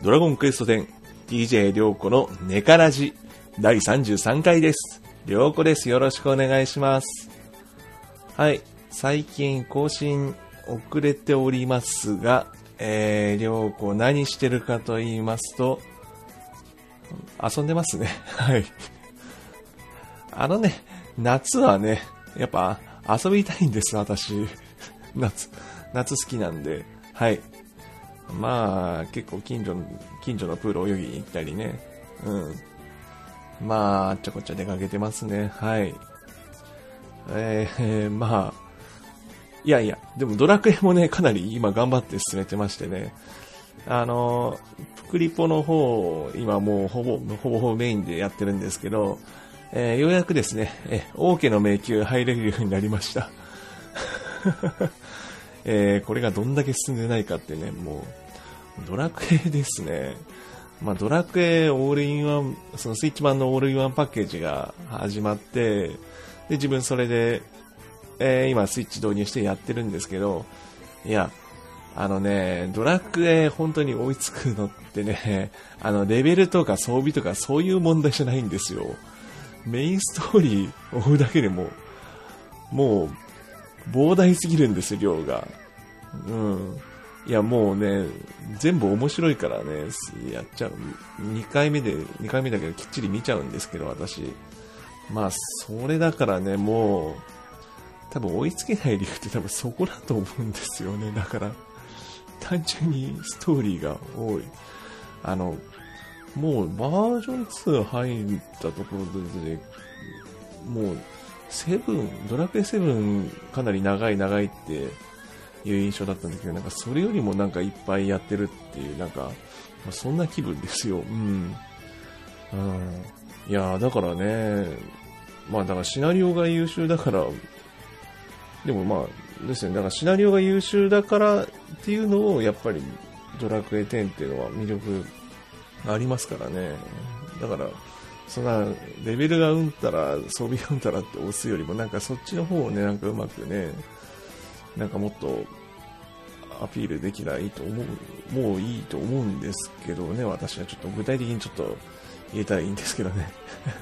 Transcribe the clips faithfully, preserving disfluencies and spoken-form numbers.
ドラゴンクエストテン ディージェー りょうこのネカラジだいさんじゅうさんかいです。りょうこです。よろしくお願いします。はい、最近更新遅れておりますが、えー、りょうこ何してるかと言いますと、遊んでますね。はい。あのね、夏はね、やっぱ遊びたいんです、私。夏、夏好きなんで、はい。まあ、結構近所の、近所のプール泳ぎに行ったりね、うん。まあ、ちょこちょ出かけてますね、はい。えー、まあ、いやいや、でもドラクエもね、かなり今頑張って進めてましてね、あの、プクリポの方、今もうほぼ、ほぼほぼメインでやってるんですけど、えー、ようやくですね、え、王家の迷宮入れるようになりました。えー、これがどんだけ進んでないかってね、もう、ドラクエですね。まあ、ドラクエオールインワン、そのスイッチ版のオールインワンパッケージが始まって、で、自分それで、えー、今スイッチ導入してやってるんですけど、いや、あのね、ドラクエ本当に追いつくのってね、あの、レベルとか装備とかそういう問題じゃないんですよ。メインストーリーを追うだけでも、もう、膨大すぎるんですよ、量が。うん。いや、もうね、全部面白いからね、やっちゃう。にかいめで、にかいめだけどきっちり見ちゃうんですけど、私。まあ、それだからね、もう、多分追いつけない理由って多分そこだと思うんですよね。だから、単純にストーリーが多い。あの、もうバージョンツー入ったところで、もう、セブン、ドラクエセブンかなり長い長いっていう印象だったんだけど、なんかそれよりもなんかいっぱいやってるっていう、なんか、まあ、そんな気分ですよ。うん。うん。いやだからね、まあだからシナリオが優秀だから、でもまあ、ですね、だからシナリオが優秀だからっていうのを、やっぱりドラクエテンっていうのは魅力ありますからね。だから、そんなレベルがうんたら装備がうんたらって押すよりもなんかそっちの方をねなんかうまくねなんかもっとアピールできないと思うもういいと思うんですけどね。私はちょっと具体的にちょっと言えたらいいんですけどね。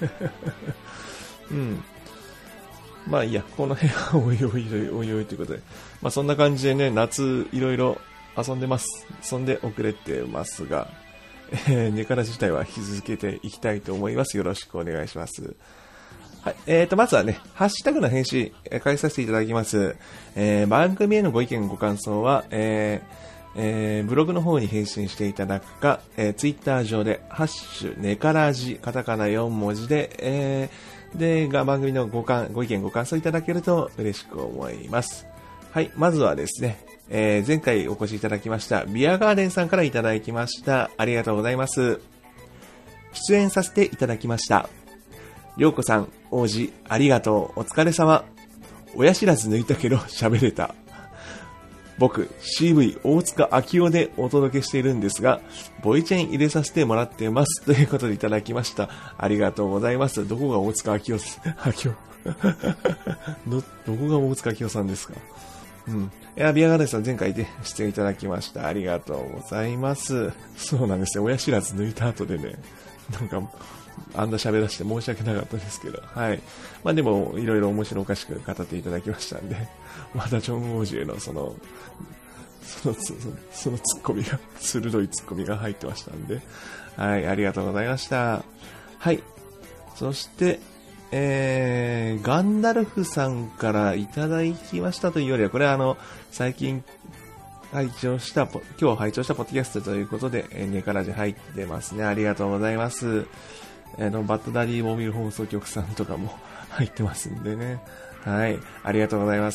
うんまあいいや、この辺はおいおいおいおいということで、まあそんな感じでね夏いろいろ遊んでます。そんで遅れてますが、えー、ネカラ自体は引き続けていきたいと思います。よろしくお願いします。はい。えーと、まずはね、ハッシュタグの返信、えー、返させていただきます。えー、番組へのご意見ご感想は、えーえー、ブログの方に返信していただくか、えー、ツイッター上で、ハッシュネカラジ、カタカナよん文字で、えー、で、が番組のごかんご意見ご感想いただけると嬉しく思います。はい。まずはですね、えー、前回お越しいただきましたビアガーデンさんからいただきました。ありがとうございます。出演させていただきました。りょうこさん、王子ありがとう。お疲れ様。親知らず抜いたけど喋れた。僕 シーブイ 大塚明夫でお届けしているんですが、ボイチェン入れさせてもらってますということでいただきました。ありがとうございます。どこが大塚明夫です。明夫どどこが大塚明夫さんですか。うん。いや、ビアガーデンさん前回で出演いただきました。ありがとうございます。そうなんですよ。親知らず抜いた後でね、なんか、あんな喋らせて申し訳なかったですけど、はい。まあでも、いろいろ面白おかしく語っていただきましたんで、またジョン王子へのその、その、その、そのツッコミが、鋭いツッコミが入ってましたんで、はい、ありがとうございました。はい。そして、えー、ガンダルフさんからいただきましたというよりは、これはあの、最近、拝聴した、今日拝聴したポッドキャストということで、えー、ネカラジ入ってますね。ありがとうございます。えー、の、バッドダディモビル放送局さんとかも入ってますんでね。はい。ありがとうございます。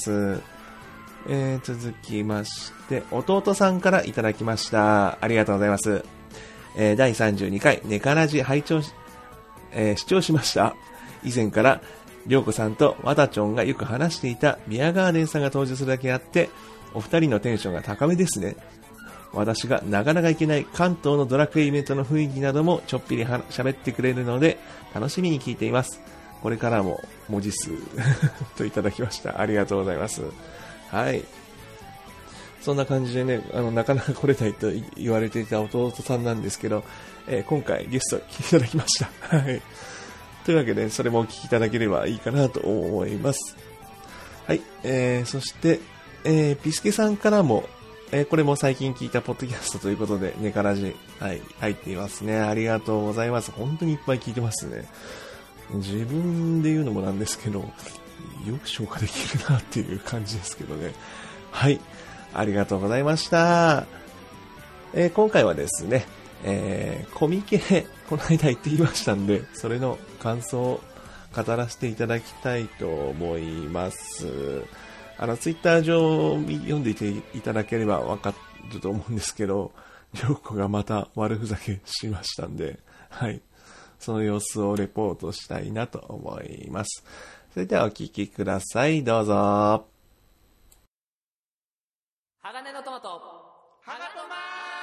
えー、続きまして、弟さんからいただきました。ありがとうございます。えー、だいさんじゅうにかいネカラジ拝聴し、えー、視聴しました。以前からりょうこさんとわたちょんがよく話していたビアガーデンさんが登場するだけあって、お二人のテンションが高めですね。私がなかなか行けない関東のドラクエイベントの雰囲気などもちょっぴりは喋ってくれるので楽しみに聞いています。これからも文字数といただきました。ありがとうございます。はい。 そんな感じでね、あの、なかなか来れないと言われていた弟さんなんですけど、えー、今回ゲスト来ていただきました。はい。というわけで、それもお聞きいただければいいかなと思います。はい。えー、そして、えー、ピスケさんからも、えー、これも最近聞いたポッドキャストということで、ネカラジ、はい、入っていますね。ありがとうございます。本当にいっぱい聞いてますね。自分で言うのもなんですけど、よく消化できるなっていう感じですけどね。はい。ありがとうございました。えー、今回はですね、えー、コミケ、この間行ってきましたんで、それの感想を語らせていただきたいと思います。あの、ツイッター上読んでいていただければわかると思うんですけど、りょうこがまた悪ふざけしましたんで、はい。その様子をレポートしたいなと思います。それではお聞きください。どうぞ。 鋼のトマト、ハガトマ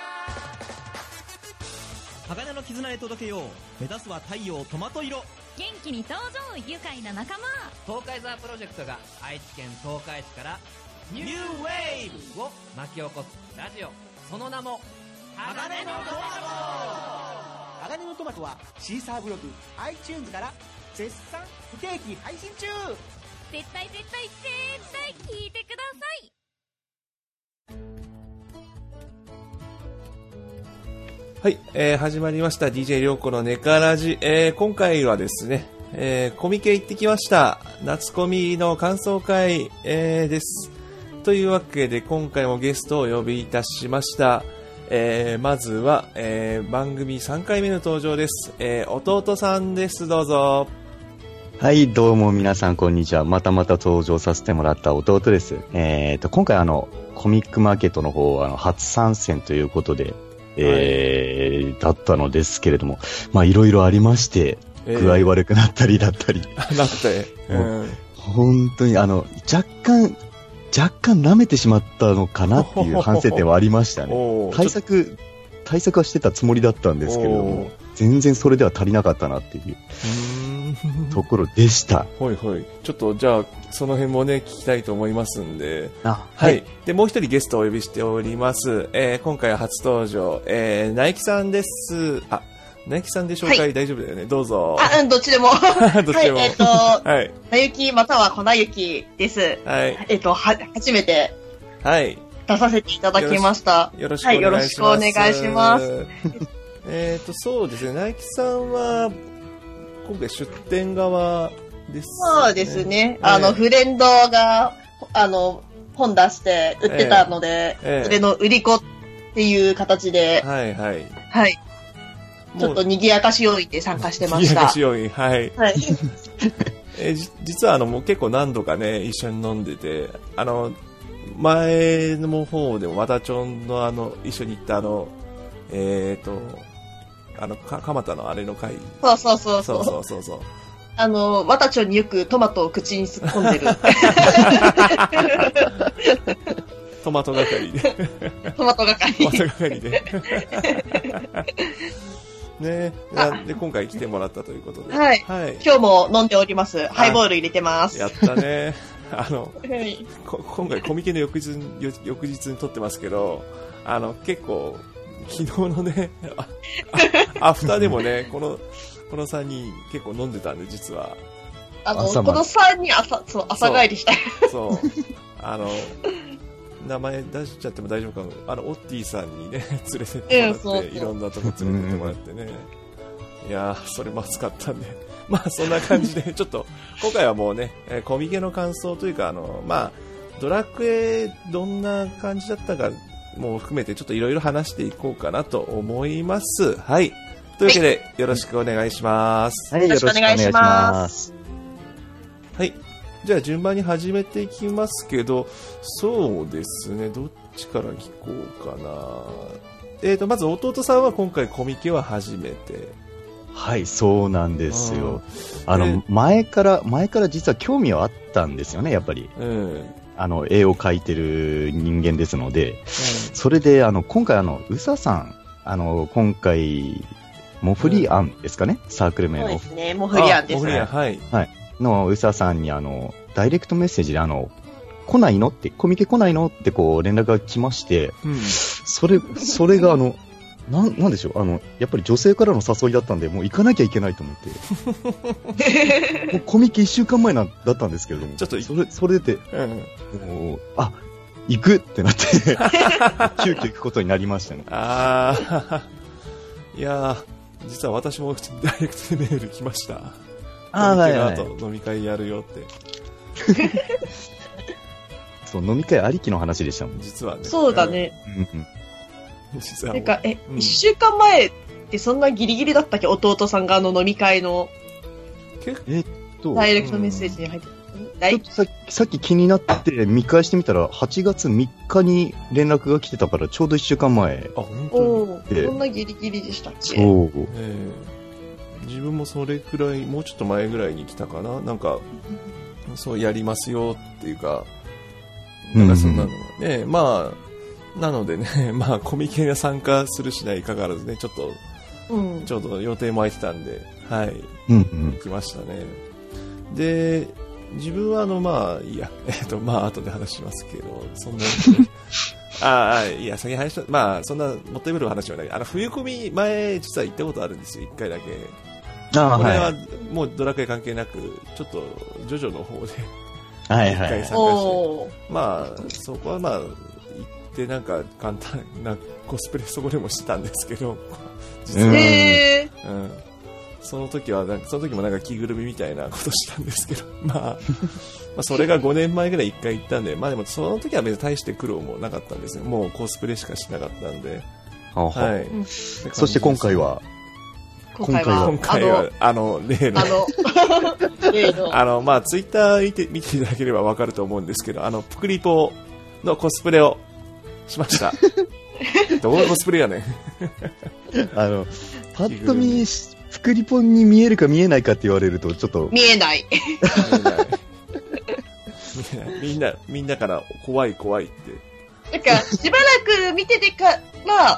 ー鋼の絆へ届けよう。目指すは太陽トマト色。 元気に登場、愉快な仲間。 東海ザープロジェクトが愛知県東海市からニューウェーブを巻き起こすラジオ、その名も鋼のトマト。 鋼のトマトはシーサーブログ、iTunes から絶賛不定期配信中。 絶対絶対絶対聞いてください。 はい、えー、始まりました ディージェー りょうこのネカラジ、えー、今回はですね、えー、コミケ行ってきました。夏コミの感想会、えー、です。というわけで今回もゲストをお呼びいたしました。えー、まずは、えー、番組さんかいめの登場です。えー、弟さんです。どうぞ。 はい、どうも皆さんこんにちは。またまた登場させてもらった弟です。えーと、今回あの、コミックマーケットの方、あの、初参戦ということで、えー、はい、だったのですけれども、まあいろいろありまして、具合悪くなったりだったり。 えー、なって、 うん、本当にあの、若干、若干舐めてしまったのかなっていう反省点はありましたね。対策、対策はしてたつもりだったんですけれども、全然それでは足りなかったなっていうところでした。 はいはい。ちょっとじゃあ、その辺もね、聞きたいと思いますんで。 あ、 はい。はい、で、もう一人ゲストをお呼びしております。えー、今回は初登場、えー、ナイキさんです。あ、ナイキさんで紹介、はい、大丈夫だよね。どうぞ。 あ、うん、どっちでも。 どっちでも。 はい、えっ、ー、と、はい。なゆきまたは粉雪です。 はい。 えっ、ー、と、は、初めて。 はい。 出させていただきました。 よろしくお願いします。はい、よろしくお願いします。 えっと、そうですね。ナイキさんは、今回出店側ですね。 そうですね。あの、フレンドが、あの、本出して売ってたので、えーえー、それの売り子っていう形で、 はいはい。 はい。ちょっと賑やかし要因で参加してました。 賑やかし要因、はい。 はい。 えー、実はあの、もう結構何度かね、一緒に飲んでて、あの、前の方でも、またちょんのあの、一緒に行ったあの、えっと、あの、か、蒲田のあれの回。 そうそうそうそう。 そうそうそうそう。 あの、わたちょんによくトマトを口に突っ込んでる。 トマト係で。 トマト係。 トマト係で。ねえ。で、今回来てもらったということで。 はい。はい、今日も飲んでおります。ハイボール入れてます。 やったね。あの、はい、今回コミケの翌日に、翌日に撮ってますけど、あの、結構、昨日のね、アフターでもね、この、このさんにん結構飲んでたんで、実は。 あの、このさんにん朝、そう、朝帰りしたい。 そう。あの、名前出しちゃっても大丈夫かな。あの、オッティさんにね、連れてってもらって、そうそういろんなとこ連れてってもらってね。いやー、それも熱かったんで。まあ、そんな感じで、ちょっと、今回はもうね、えー、コミケの感想というか、あの、まあ、ドラクエ、どんな感じだったか、もう含めてちょっといろいろ話していこうかなと思います。はい。というわけで、はい、よろしくお願いします。 はい、よろしくお願いします。 はい。じゃあ順番に始めていきますけど、そうですね、どっちから聞こうかな。えーと、まず弟さんは今回コミケは初めて。 はい、そうなんですよ。あ, あの、前から、前から実は興味はあったんですよね、やっぱり。 うん。 あの、絵を描いてる人間ですので、うん、それで、あの、今回あの、うささん、あの、今回、モフリアンですかね、うん、サークル名の。 そうですね、モフリアンですね。 モフリアン、はい。 はい。のうささんにあの、ダイレクトメッセージであの、 来ないのって、コミケ来ないのってこう連絡が来まして、うん、それ、それがあの、なん、なんでしょう、あの、やっぱり女性からの誘いだったんで、もう行かなきゃいけないと思って。もうコミケいっしゅうかんまえなんだったんですけれども、ちょっとそれ、それで、うん、もう、あ、行くってなって、急遽行くことになりましたね。 ああ、いやー、実は私もダイレクトでメール来ました。 ああ、はいはい。 あと飲み会やるよって。 そう、飲み会ありきの話でしたもん。 実はね。 そうだね。 うん、実は。 てか、え、一、うん、週間前ってそんなギリギリだったっけ、弟さんがあの飲み会の。 えっと。 ダイレクトメッセージに入ってた。 ちょっとさ, さっき気になって見返してみたら、はちがつみっかに連絡が来てたから、ちょうどいっしゅうかんまえ。 あ、本当に。 そんなギリギリでしたっけ。 そう。 えー、自分もそれくらい、もうちょっと前ぐらいに来たかな。なんか、そうやりますよっていうか、なんかそんなのね、うんうん、まあ、なのでね、まあ、コミケに参加するしないかかわらずね、ちょっと、うん、ちょうど予定も空いてたんで、はい、 うんうん、 行きましたね。で、自分はあの、まあ、いや、えっと、まあ、後で話しますけど、そんな、ああ、いや、先に話した、まあ、そんな、もったいぶる話はない。あの、冬コミ前、実は行ったことあるんですよ、一回だけ。ああ、これは、もうドラクエ関係なく、ちょっと、ジョジョの方で、 はいはい。 一回参加して、まあ、そこはまあ、行ってなんか簡単なコスプレそこでもしてたんですけど、 実は、えー、うん、その時はなんか、その時もなんか着ぐるみみたいなことしたんですけど、まあ、まあそれがごねんまえぐらい一回行ったんで、まあでもその時は別に大して苦労もなかったんですよ。もうコスプレしかしなかったんで。 はあはあ、はい。そして今回は今回は、 今回は、あの、例の、あの、例の、あの、まあ、ツイッター見て、見ていただければわかると思うんですけど、あの、プクリポのコスプレをしました。どういうコスプレやねん。 あの、パッと見、プクリポに見えるか見えないかって言われると、ちょっと。 見えない。見えない。 みんな、みんなから怖い怖いって。 なんか、しばらく見ててから、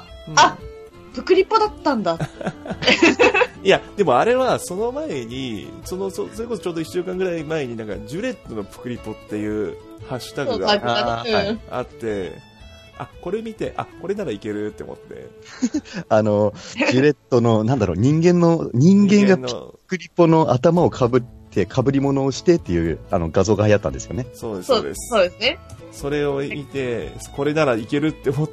うん、あ、プクリポだったんだ。 いや、でもあれはその前に、その、それこそちょうどいっしゅうかんぐらい前になんか、ジュレットのプクリポっていうハッシュタグが あ, あって、あ、これ見て、あ、これならいけるって思って。 あの、ジュレットの、なんだろう、人間の、人間がプクリポの頭をかぶって、かぶり物をしてっていう、あの、画像が流行ったんですよね。 そうです、そうです。 そうですね。 それを見て、これならいけるって思って、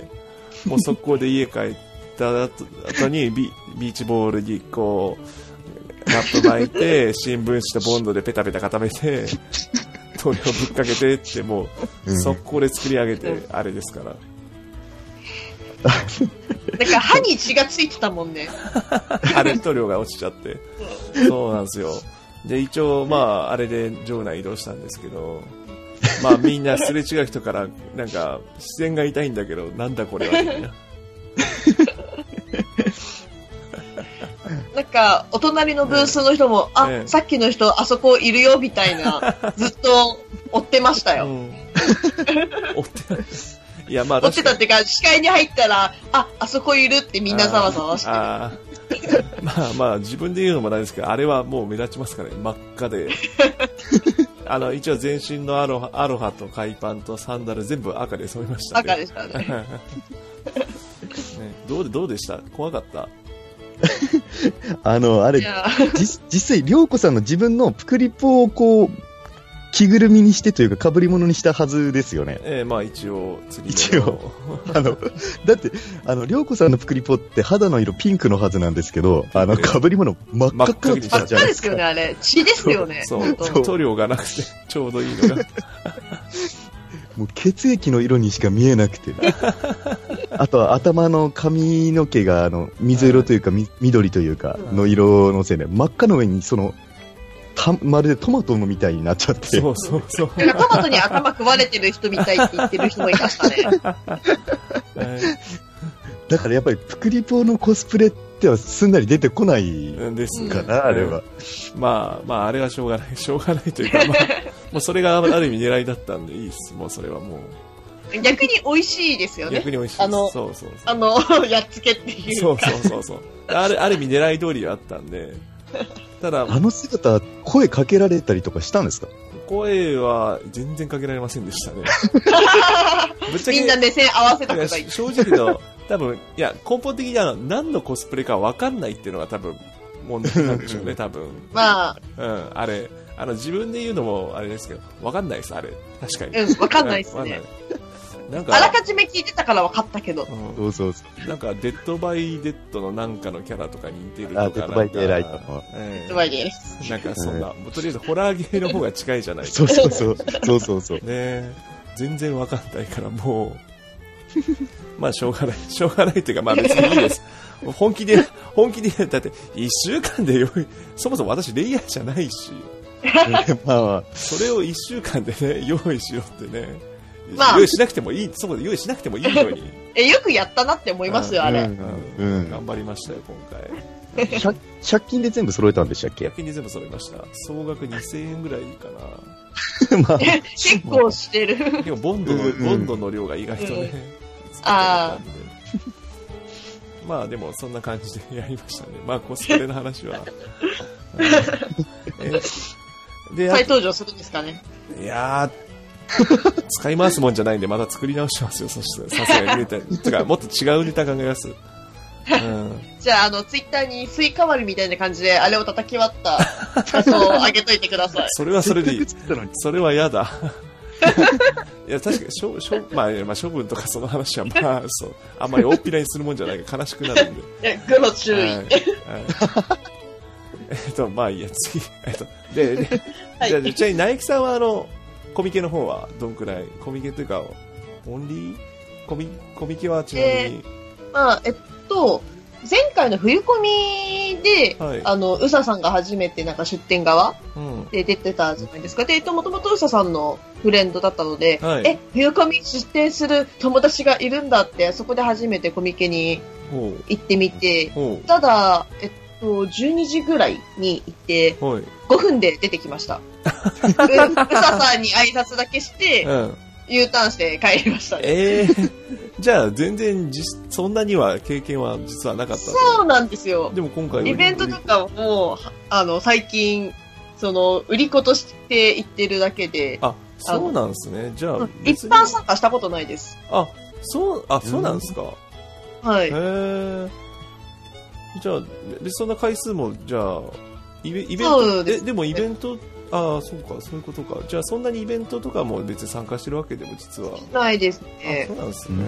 もう速攻で家帰って、後に ビ, ビーチボールにこうラップ巻いて新聞紙とボンドでペタペタ固めて塗料ぶっかけてってもう速攻で作り上げてあれですから、 なんか歯に血がついてたもんね。 あれ塗料が落ちちゃってそうなんですよ。で一応まああれで場内移動したんですけど、まあみんなすれ違う人からなんか視線が痛いんだけどなんだこれはみたいな。 なんか、お隣のブースの人も、ね、あ、ね、さっきの人、あそこいるよ、みたいな、ずっと追ってましたよ。うん、 追っていや、まあ、 追ってたっていうか、視界に入ったら、あ、あそこいるってみんなざわざわしてる。あまあまあ、自分で言うのもないですけど、あれはもう目立ちますからね、真っ赤で。あの、一応全身のアロハ、アロハと海パンとサンダル全部赤で染めましたね。 赤でしたね。ね、 どうで、どうでした？怖かった？ あの、あれ、実際、りょうこさんの自分のプクリポをこう、着ぐるみにしてというか、被り物にしたはずですよね。 ええー、まあ一応、 釣り一応。あの、だって、あの、りょうこさんのプクリポって肌の色ピンクのはずなんですけど、あの、被り物真っ赤っかにしたじゃないですか。 真っ赤ですよね、あれ。血ですよね。 そう、そう塗料がなくて、ちょうどいいのが。 もう血液の色にしか見えなくて、ね、あとは頭の髪の毛があの水色というか、はい、緑というかの色のせいで真っ赤の上にそのたまるでトマトのみたいになっちゃって、 そうそうそう。 トマトに頭食われてる人みたいって言ってる人もいましたね。はい、 だからやっぱりプクリポのコスプレってはすんなり出てこないですかな、あれは。 まあまああれはしょうがないしょうがないというか、まあ、もうそれがある意味狙いだったんでいいです。もうそれはもう逆に美味しいですよね。 逆に美味しいです。 あのそうそうそう、 あのやっつけっていうそうそうそうそう、あるある意味狙い通りはあったんで。ただあの姿声かけられたりとかしたんですか？ 声は全然かけられませんでしたね。ぶっちゃけみんな目線合わせたくない。 正直の、多分、いや、根本的にあの、何のコスプレかわかんないっていうのが多分、問題なんでしょうね、多分。 まあ。 うん、あれ、あの、自分で言うのもあれですけど、わかんないです、あれ。確かに。 うん、わかんないですね。なんかあらかじめ聞いてたから分かったけど。 うん、そうそうそう。 なんか、デッドバイデッドのなんかのキャラとかに似てるとか。 あ、デッドバイデイライトの。 デッドバイデイライト。なんかそんな、もうとりあえずホラーゲーの方が近いじゃないですか。そうそうそう。そうそうそう。 ね全然分かんないから、もう、まあ、しょうがない。しょうがないっていうか、まあ別にいいです。本気で、本気で、だって、一週間でよい、そもそも私レイヤーじゃないし。まあまあ、それを一週間でね、用意しろってね。まあ、用意しなくてもいい、そこで用意しなくてもいいのに。 え、よくやったなって思いますよ、あれ。 うんうんうん。頑張りましたよ、今回。ひゃく均で全部揃えたんでしたっけ？ ひゃく均で全部揃えました。総額にせんえんぐらいかな。 まあ、結構してる。 でも、ボンドの、ボンドの量が意外とね。 ああ。 まあ、でも、そんな感じでやりましたね。まあ、コスプレの話は。 で、再登場するんですかね。 いやー、使い回すもんじゃないんで、また作り直しますよ、そして。さすがにネタ。てか、もっと違うネタ考えます。うん、 じゃあ、あの、ツイッターにスイカ割りみたいな感じで、あれを叩き割った画像を上げといてください。 それはそれでいい。それは嫌だ。いや、確かに、しょ、しょ、まあ、まあ、処分とかその話は、まあ、そう、あんまり大っぴらにするもんじゃないから悲しくなるんで。 いや、グロ注意。はいはいえっと、まあいいや、次。えっと、で、で、はい、じゃあ、ちなみに、ナイキさんは、あの、コミケの方は、どんくらいコミケというか、オンリーコミ、コミケはちなみに、えー、 まあ、えっと、前回の冬コミで、はい、あの、うささんが初めてなんか出店側で出てたじゃないですか。うん、で、もともとうささんのフレンドだったので、はい、え、冬コミ出店する友達がいるんだって、そこで初めてコミケに行ってみて、ただ、えっと、じゅうにじぐらいに行って、はい、ごふんで出てきました。う, うささんに挨拶だけして、うん、U ターンして帰りましたね。 えー、じゃあ全然じそんなには経験は実はなかった。 そうなんですよ。 でも今回イベントとかもあの最近その売り子として行ってるだけで。 あ、そうなんですね。じゃあ一般参加したことないです。 あ、そうあそうなんですか。 うん、はい。 へー。じゃあでそんな回数もじゃあイベイベントで, でもイベントああそうかそういうことか。じゃあそんなにイベントとかも別に参加してるわけでも実はないですね。 あ、そうなんですね。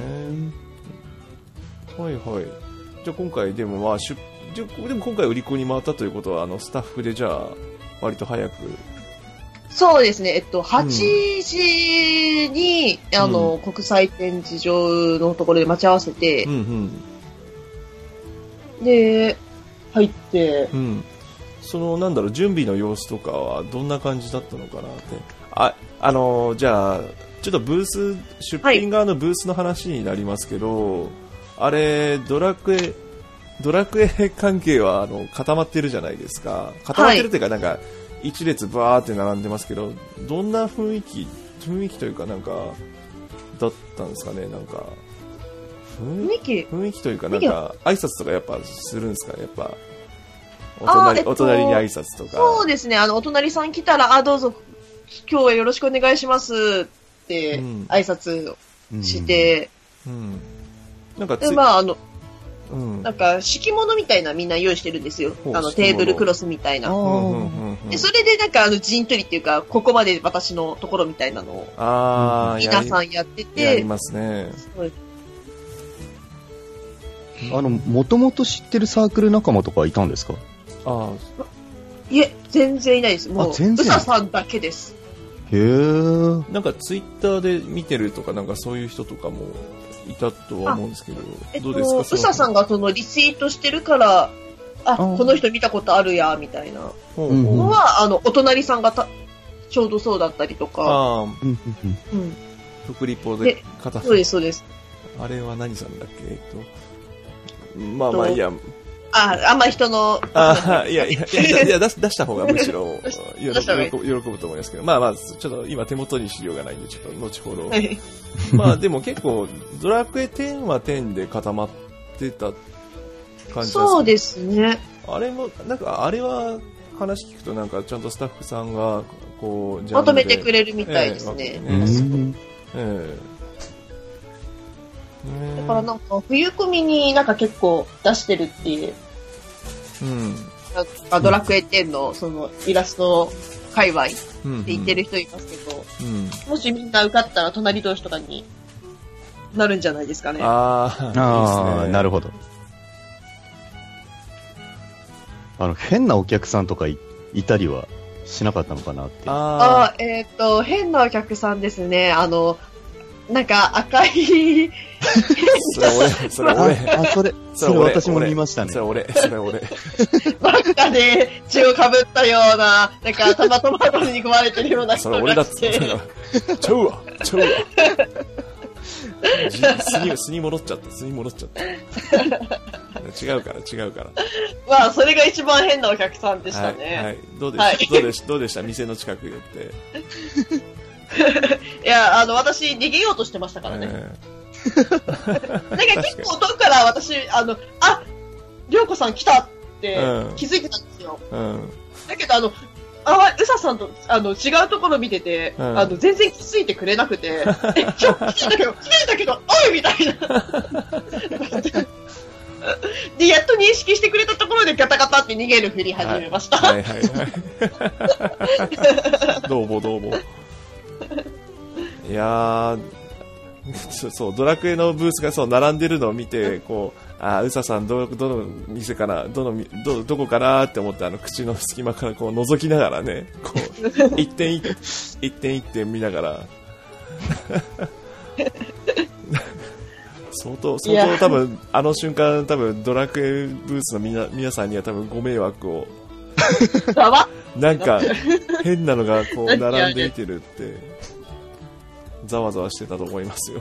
はいはい。じゃあ今回でもまあ出じゃでも今回売り子に回ったということはあのスタッフでじゃあ割と早く。 そうですね。えっとはちじに、うん、あの、うん、国際展示場のところで待ち合わせて。うんうん、で入って、 うん、そのなんだろう準備の様子とかはどんな感じだったのかなって。あ、あのじゃあちょっとブース出品側のブースの話になりますけど、はい、あれドラクエドラクエ関係はあの固まってるじゃないですか。固まってるっていうか、はい、なんか一列バーって並んでますけど、どんな雰囲気雰囲気というかなんかだったんですかね。なんか雰囲気雰囲気というかなんか挨拶とかやっぱするんですかね。やっぱお隣、えっと、お隣に挨拶とか。 そうですね。あのお隣さん来たらあどうぞ今日はよろしくお願いしますって挨拶して、うんうんうん、なんかつでまああの、うん、なんか敷物みたいなみんな用意してるんですよ。あのテーブルクロスみたいな。でそれでなんかあの陣取りっていうかここまで私のところみたいなのをあ皆さんやってて。 やりますね。 あのもともと知ってるサークル仲間とかいたんですか？ あいえ全然いないです。もううささんだけです。 へー。 なんかツイッターで見てるとかなんかそういう人とかもいたとは思うんですけど、えっと、どうですか？ うささんがそのリツイートしてるからあこの人見たことあるやみたいなのは、あのお隣さんがたちょうどそうだったりとか。あ、うん、 食リポで片そうですそうです。 あれは何さんだっけ？えっとまあまあいいや。 あ、あんまり人の。 あいやいやいやいや出し、出した方がむしろ喜ぶ、喜ぶと思いますけど、まあまあ、ちょっと今手元に資料がないんで、ちょっと後ほど。はい、まあでも結構、ドラクエテンはテンで固まってた感じですか？ そうですね。 あれも、なんかあれは話聞くとなんかちゃんとスタッフさんがこう、 まとめてくれるみたいですね。えーえー、だからなんか、冬コミになんか結構出してるっていう。 うん。 なんかドラクエテンのそのイラスト界隈って言ってる人いますけど、うんうん、もしみんな受かったら隣同士とかになるんじゃないですかね。 ああ、ああ、なるほど。あの、変なお客さんとか い, いたりはしなかったのかなって。 ああ、えっ、ー、と、変なお客さんですね。あの、なんか赤いそれ俺、それ俺。 あ、それ、それ私も見ましたね。 それ俺、それ俺。 バッカで血をかぶったような、なんかトマトマトに食われてるような人がいて。それ俺だって。 ちゃうわ、ちゃうわ。巣に、巣に戻っちゃった、巣に戻っちゃった。違うから、違うから。 まあ、それが一番変なお客さんでしたね。 はい。はい、どうでした、はい、どうでしたどうでした店の近く寄って。 いや、あの、私、逃げようとしてましたからね。えー、なんか結構遠くから私、あの、あ、りょうこさん来たって気づいてたんですよ。うん、だけど、あの、あ、うささんと、あの、違うところ見てて、うん、あの、全然気づいてくれなくて、え、今日来てんだけど、来てんだけど、おいみたいな。で、やっと認識してくれたところでガタガタって逃げるふり始めました。はい、はい、はい。 どうもどうも。いやー、そう、ドラクエのブースがそう、並んでるのを見て、こう、あ、うささん、ど、どの店かな、どの、ど、どこかなって思って、あの、口の隙間からこう、覗きながらね、こう、一点一点、一点一点見ながら、相当、相当多分、あの瞬間、多分、ドラクエブースのみな、皆さんには多分ご迷惑を、なんか、変なのがこう、並んでいてるって、ざわざわしてたと思いますよ。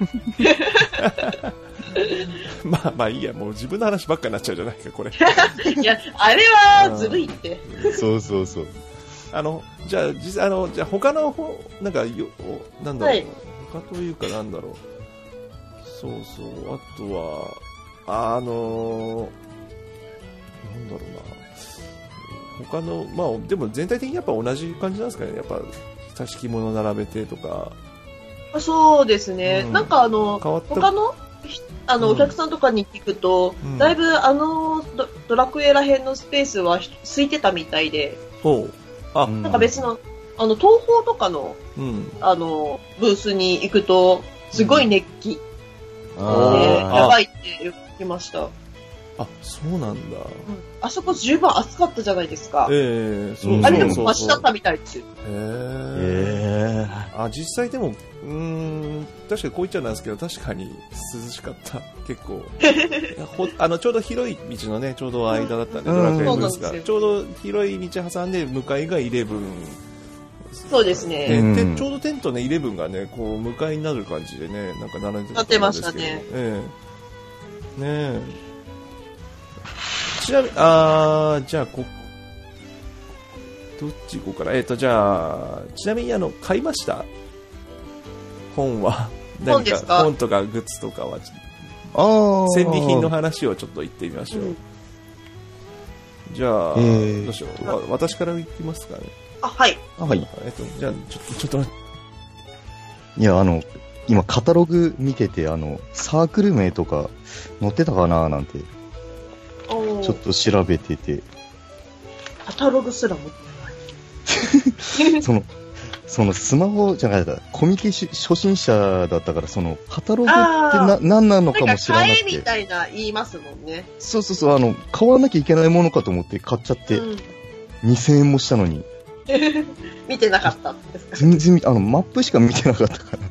まあまあいいや、もう自分の話ばっかりになっちゃうじゃないか、これ。 いや、あれはずるいって。 そうそうそう。 あの、じゃあ、実際、あの、じゃあ他の方、なんかよ、なんだろう、はい、他というかなんだろう。そうそう、あとは、あの、なんだろうな。他の、まあ、でも全体的にやっぱ同じ感じなんですかね。やっぱ、座敷物並べてとか。 そうですね。うん、なんかあの、他の、あの、うん、お客さんとかに聞くと、うん、だいぶあのド、ドラクエら辺のスペースは空いてたみたいで。 ほう。あ、 なんか別の、あの、東宝とかの、うん、あの、ブースに行くと、すごい熱気。うん、で、やばいってよく聞きました。 あ、そうなんだ、うん。 あそこ十分暑かったじゃないですか。 ええー、 そう。あれでもマシだったみたいですよ。へえー。あ、実際でも、うーん、確かにこう言っちゃなんですけど、確かに涼しかった。結構。いやほあの、ちょうど広い道のね、ちょうど間だったんで、うん、ドラクエブースが。ちょうど広い道挟んで、向かいがイレブン。 そうですね。 で、うん、ちょうどテントね、イレブンがね、こう、向かいになる感じでね、なんか並んでたんですけど。なってましたね。 ええー。ねえ。ちなみに、あー、じゃあ、こ、どっち行こうかな。えっ、ー、と、じゃあ、ちなみに、あの、買いました本は。 何か、 本本とかグッズとかは。 あー。 戦利品の話をちょっと言ってみましょう。うん、じゃあ、えー、どうしよう。わ私から言ってますかね。 あ、はい。 あ、はい。 えっと、じゃあ、ちょっと、ちょっと待って。 いや、あの、今、カタログ見てて、あの、サークル名とか載ってたかななんて。ちょっと調べてて。 カタログすら持ってない。 その、そのスマホじゃないか、コミケ初心者だったから、その、カタログってな、何なのかも知らなくて。 なんか買えみたいな言いますもんね。 そうそうそう、あの、買わなきゃいけないものかと思って買っちゃって、うん、にせんえんもしたのに。 見てなかったんですか？ 全然、あの、マップしか見てなかったから。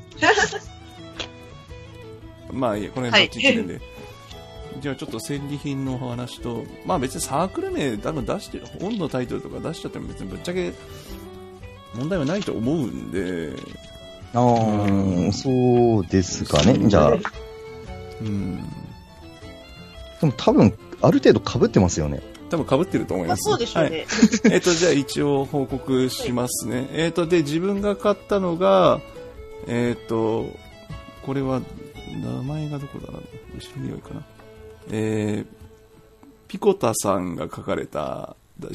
まあいいや、この辺どっち行ってんで。はいじゃあちょっと戦利品のお話と、まあ別にサークル名多分出してる、本のタイトルとか出しちゃっても別にぶっちゃけ問題はないと思うんで。 ああ、うん、そうですかね。じゃあ。うん。でも多分、ある程度被ってますよね。 多分被ってると思います。 あ、そうでしょうね。はい、 えっと、じゃあ一応報告しますね。はい、えっと、で、自分が買ったのが、えっと、これは、名前がどこだな、後ろによいかな。えー、ピコタさんが書かれた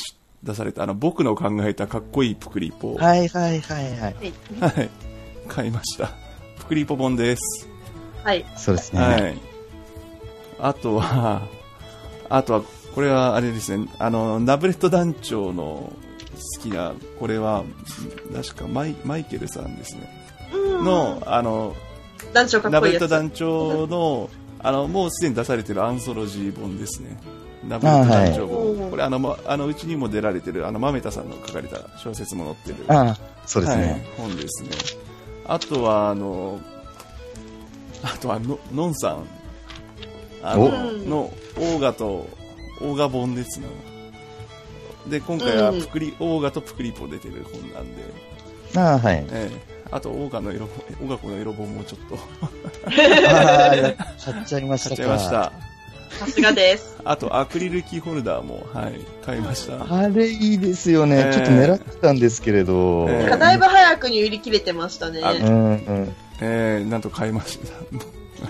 出された、あの、僕の考えたかっこいいプクリポ。 はいはいはいはい。 はい。買いました。プクリポ本です。 はい。 そうですね。 はい。あとは、あとは、これはあれですね、あの、ナブレット団長の好きな、これは、確かマイ、マイケルさんですね。の、あの、 団長かっこいいやつ。 ナブレット団長の、あの、もうすでに出されてるアンソロジー本ですね。ナブレット団長本。はい、これ、あの、ま、あの、うちにも出られてる、あの、豆田さんの書かれた小説も載ってる。 ああ、そうですね、 はい。本ですね。あとは、あの、あとはの、のんさん。あの、の、オーガと、オーガ本ですね。で、今回はプクリ、オーガとプクリポ出てる本なんで。 ああ、はい。 ええ。あと、オーガの色、オーガ子の色本もちょっと。 ああ、買っちゃいましたか。 買っちゃいました。 さすがです。 あと、アクリルキーホルダーも、はい、買いました。 あれいいですよね。えー、ちょっと狙ってたんですけれど。 えー、だいぶ早くに売り切れてましたね。 うんうん。 えー、なんと買いました。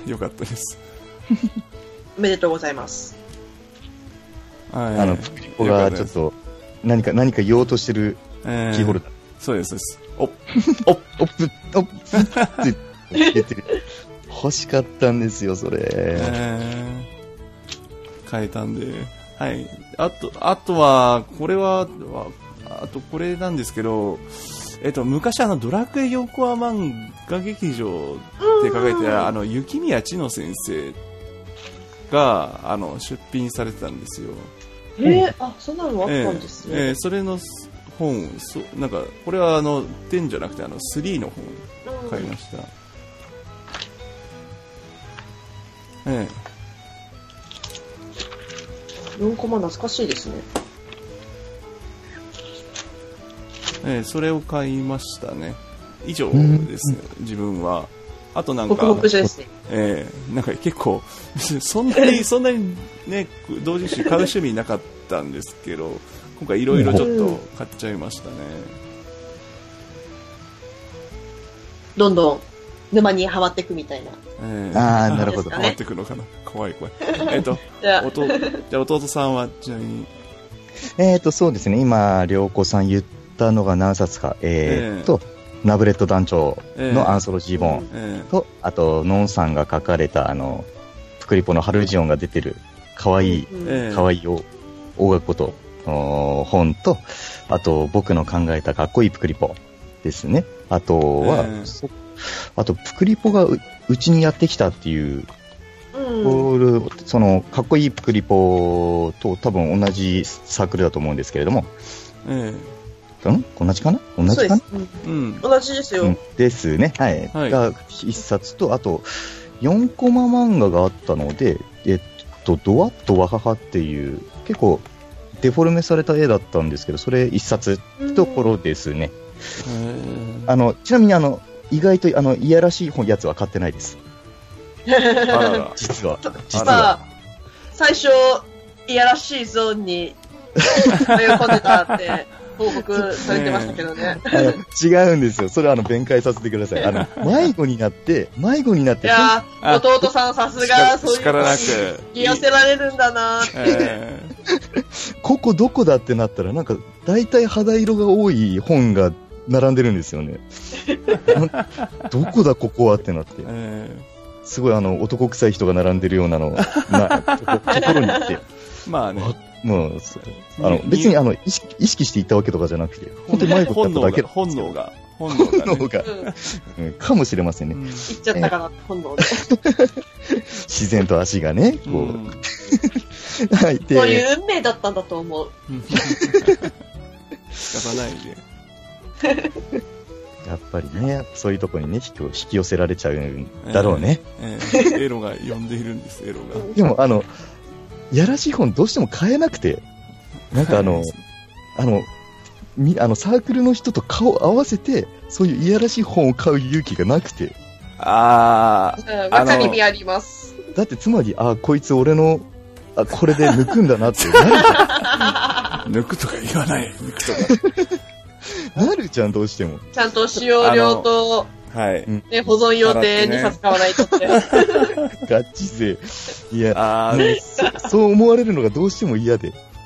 よかったです。 おめでとうございます。 はい、 あの、プクリポがちょっと、何か、何か言おうとしてるキーホルダー。えー、 そうです、そうです。おっ、おっ、 おっ、おっ、って言ってる。欲しかったんですよ、それ。 えー、買えたんで。はい。あと、あとは、これは、あとこれなんですけど、えっと、昔あの、ドラクエよんコア漫画劇場って書かれてあの、雪宮千乃先生が、あの、出品されてたんですよ。 えー、あ、そんなのあったんですね。 えー、えー、それの本、そなんか、これはあの、じゅうじゃなくてあの、スリーの本買いました。ええ。よんコマ懐かしいですね。 ええ、それを買いましたね。以上ですね、自分は。あとなんか、 僕僕ですね。 ええ、なんか結構、そんなに、そんなにね、同人誌買う趣味なかったんですけど、今回いろいろちょっと買っちゃいましたね。 どんどん沼にはまっていくみたいな。 えー、 ああ、なるほど。 はまっていくのかな。怖い怖い。えっと、じゃあ弟さんはちなみに。 えっと、そうですね。今、涼子さん言ったのが何冊か。えー、っと、えー、ナブレット団長のアンソロジー本と、えー、あと、ノンさんが書かれた、あの、プクリポのハルジオンが出てる、かわいい、かわいい大学こと、本と、あと、僕の考えたかっこいいプクリポですね。あとは、えー、あと、プクリポが う, うちにやってきたっていう、うん、その、かっこいいプクリポと多分同じサークルだと思うんですけれども、 えー、ん同じかな同じかな、 うん、同じですよ。うん、 ですね。はい。はい、が一冊と、あと、よんコマ漫画があったので、えっと、ドワッとワハハっていう、結構、デフォルメされた絵だったんですけど、それ一冊ところですね。あの、ちなみにあの、意外とあの、いやらしいやつは買ってないです。 あらら実は。 実は。最初、いやらしいゾーンに迷い込んでたって報告されてましたけどね。 あの違うんですよ。それはあの、弁解させてください。あの、迷子になって、迷子になって。 いやー、弟さんさすが、そういう。 力なく。 引き寄せられるんだなーって。 えー、ここどこだってなったら、なんか、大体肌色が多い本が並んでるんですよね。どこだここはってなって。 えー、 すごいあの、男臭い人が並んでるようなの、な、ところに行って。 まあね。 もう、あの、別にあの、意識、意識して行ったわけとかじゃなくて、本当に迷子だっただけだ。 本能が。本能が。 本能が。うん、かもしれませんね。 行っちゃったかな、本能で。 自然と足がね、こう。うん、 はい。そういう運命だったんだと思う。 仕方ないで。 やっぱりね、そういうとこにね、引き寄せられちゃうんだろうね。 えーえー、エロが呼んでいるんです、エロが。 でも、あの、やらしい本どうしても買えなくて、なんかあの、あの、み、あの、サークルの人と顔を合わせて、そういういやらしい本を買う勇気がなくて。 あー。わかりみあります。 だってつまり、あ、こいつ俺の、あ、これで抜くんだなってなる。 抜くとか言わない。抜くとか。 なるじゃん、どうしても。 ちゃんと使用量と、 はい。 ね、保存用でにさつ買わないとって。 ガチ勢。いや、あそ、そう思われるのがどうしても嫌で。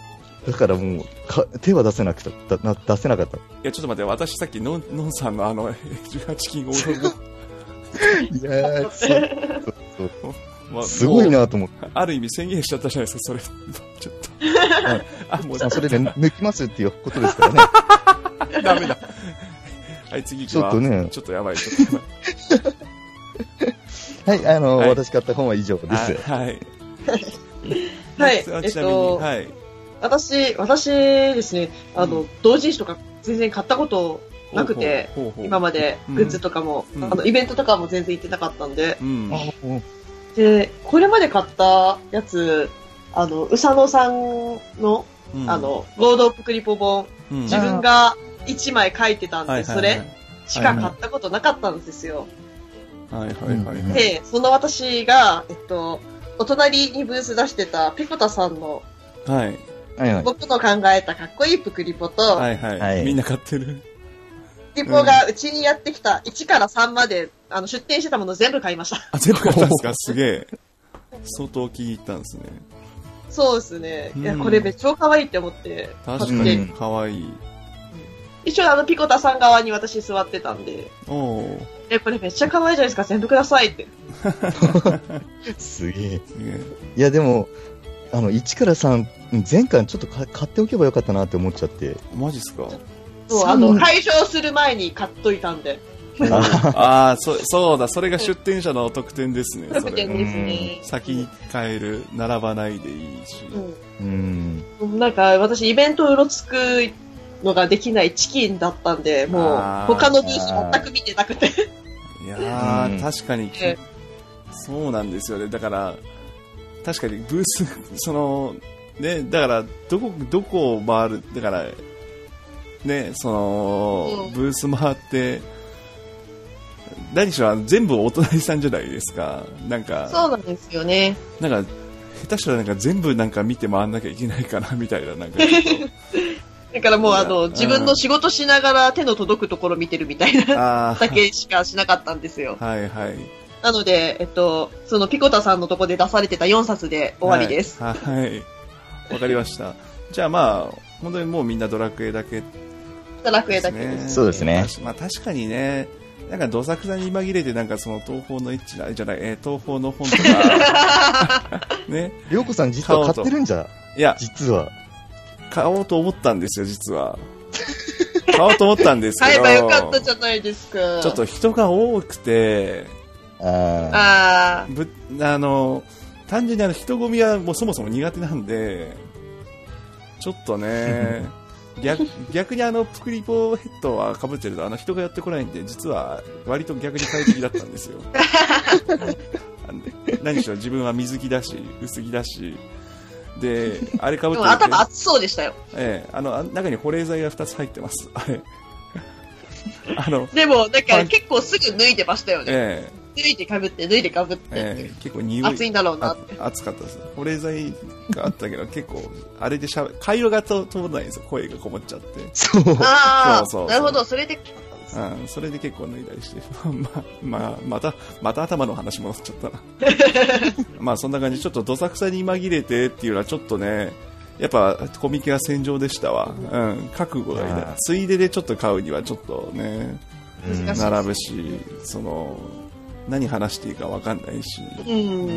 だからもうか手は出せなくただ出せなかった。いやちょっと待って、私さっきのんのんさんのあのじゅうはち金を踊るいやーそうそうそう、まあ、すごいなと思って、 ある意味宣言しちゃったじゃないですか、それちょっとあもうそれで抜きますっていうことですからねダメだ。はい、次行きます。 ちょっとね、 ちょっとやばい、ちょっとやばいはい、あの、 はい、 私買った本は以上です。 はい。 はい、えっと、はい、私、私ですね、あの、うん、同人誌とか全然買ったことなくて、ほうほうほう、今までグッズとかも、うん、あの、イベントとかも全然行ってなかったんで、うん、で、これまで買ったやつ、あの、うさのさんの、うん、あの、合同プクリポ本、うん、自分がいちまい書いてたんで、はいはいはい、それしか買ったことなかったんですよ。 はいはいはい、はい。 で、その私が、えっと、お隣にブース出してたピコタさんの、 はい。 僕の考えたかっこいいプクリポと、 はいはいはい、みんな買ってる。 プクリポがうちにやってきたいちからさんまで、あの、出店してたもの全部買いました。 あ、全部買ったんですか？すげえ。相当気に入ったんですね。 そうですね。いや、これめっちゃ可愛いって思って買って。 確かに可愛い。 一応あの、ピコタさん側に私座ってたんで。おー。え、これめっちゃ可愛いじゃないですか、全部くださいって。 すげえ。いや、でも、あの、いちからさん、前回ちょっと買っておけばよかったなって思っちゃって。 マジっすか？ そう、あの、解消する前に買っといたんで。 ああ、そ、そうだ、それが出店者の特典ですね。 特典ですね。 先に買える、並ばないでいいし。 うん。うん、なんか、私、イベントうろつくのができないチキンだったんで、もう、他のブース全く見てなくて。 いやー、うん、確かに、そうなんですよね。だから、確かにブース、その、ね、だから、どこ、どこを回る、だから、ね、その、うん、ブース回って、何しろ全部お隣さんじゃないですか。なんか、 そうなんですよね。 なんか、下手したらなんか全部なんか見て回んなきゃいけないかな、みたいな、なんかちょっと。 だからもうあの、自分の仕事しながら手の届くところ見てるみたいなだけしかしなかったんですよ。 はいはい。 なので、えっと、そのピコタさんのとこで出されてたよんさつで終わりです。 はい。わ、はい、かりました。じゃあまあ、本当にもうみんなドラクエだけ、ね。 ドラクエだけです。 そうですね。 まあ確かにね、なんかどさくさに紛れてなんかその東宝のエッチな、じゃない、えー、東宝の本とか、ね。 りょうこさん実は買ってるんじゃいや、実は。 買おうと思ったんですよ、実は。買おうと思ったんですけど。 買えばよかったじゃないですか。 ちょっと人が多くて、 あぶあの、単純にあの人混みはもうそもそも苦手なんで、ちょっとね、逆, 逆にあのプクリポヘッドは被ってるとあの人がやってこないんで、実は割と逆に快適だったんですよ。何しろ自分は水着だし、薄着だし、で、あれ被ってる、ね。 頭熱そうでしたよ。 ええ、あの、中に保冷剤がふたつ入ってます。あれ。あの、 でも、なんか結構すぐ脱いでましたよね。 ええ。 脱いでかぶって、脱いでかぶって。 ええ、結構匂い。 暑いんだろうなって。 暑かったです。保冷剤があったけど、結構、あれでしゃべ、会話がと通らないんですよ。声がこもっちゃって。 そう。 ああ、 そうそうそう。 なるほど、それで。 うん、それで結構脱いだりして、まあ、まあ、また、また頭の話戻っちゃったな。まあ、そんな感じ、ちょっとどさくさに紛れてっていうのはちょっとね、やっぱコミケは戦場でしたわ。うん、覚悟がいない。ついででちょっと買うにはちょっとね、並ぶし、その、何話していいか分かんないし。うん。うん、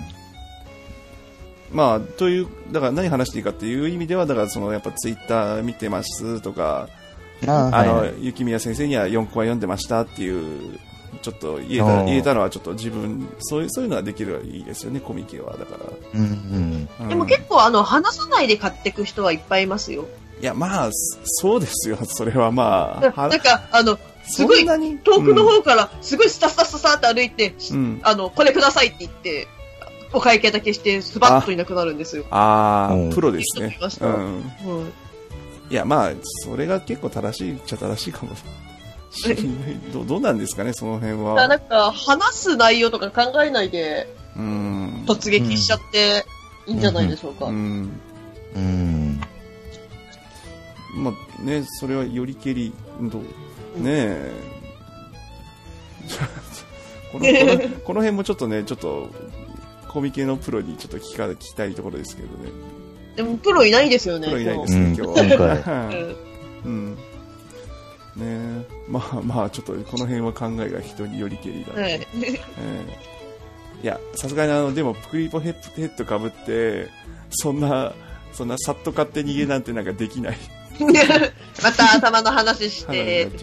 まあ、という、だから何話していいかっていう意味では、だからその、やっぱツイッター見てますとか、あ, あの、はいはい、雪宮先生にはよんこは読んでましたっていうちょっと言えた言えたのはちょっと自分そういうそういうのはできるいいですよね、コミケは。だから、 うんうんうん、でも結構あの話さないで買っていく人はいっぱいいますよ。 いやまあそうですよ、それはまあなんかあのすごい遠くの方からすごいスタスタスタスタって歩いて、うん、あのこれくださいって言ってお会計だけしてスバッといなくなるんですよ。 ああ、うん、プロですね。 うんうんいやまあそれが結構正しいっちゃ正しいかもしれないど, どうなんですかね、その辺は。 なんか話す内容とか考えないでうん突撃しちゃっていいんじゃないでしょうか。 うん、うんうん、まあね、それはよりけりどうねえ、この, こ, のこの辺もちょっとね、ちょっとコミケのプロにちょっと聞か聞きたいところですけどね。 でもプロいないですよね。 プロいないですね、今日は。 今回。 うん。ねえ。まあまあ、ちょっとこの辺は考えが人によりけりだね。はいえー、いや、さすがにあの、でも、プクリポヘッド被って、そんな、そんなさっと買って逃げなんてなんかできない。 また頭の話して。うん、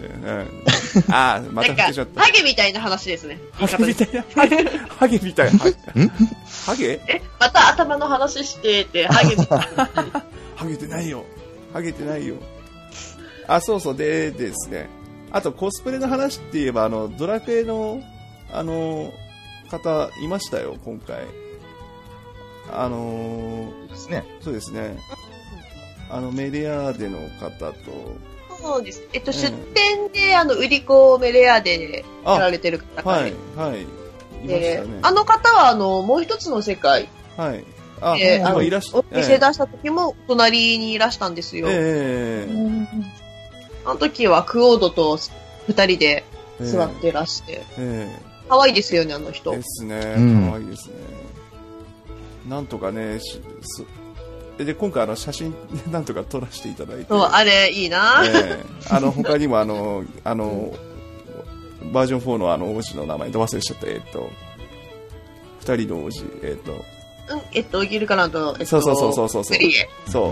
ああ、また振ってちゃった。 ハゲみたいな話ですね。 ハゲみたいなハゲ、ハゲみたいな。ハゲえ、また頭の話してって、ハゲみたいな。 ハゲてないよ。ハゲてないよ。あ、そうそう、でですね。あとコスプレの話って言えば、あの、ドラクエの、あの、方いましたよ、今回。あのー、 ですね。 そうですね。あの、メレアーデの方と、 そうです。えっと、出店で、あの、売り子メレアーデやられてる方が、 はい、はい。いましたね。 あの方は、あの、もう一つの世界。 はい。あ、 えー、あの、 いらしお店出した時も、隣にいらしたんですよ。 ええー。 あの時は、クオードと二人で座ってらして。ええー。可愛いですよね、あの人。 ですね。可愛いですね。うん、なんとかね、しで今回あの写真なんとか撮らせていただいて、 そうあれいいな、 えー、あの他にもあのあのバージョンフォーのあの王子の名前ど忘れしちゃったえっと二人の王子えっとうんえっとギルカランとえっとそうそうそうそうそうそうそう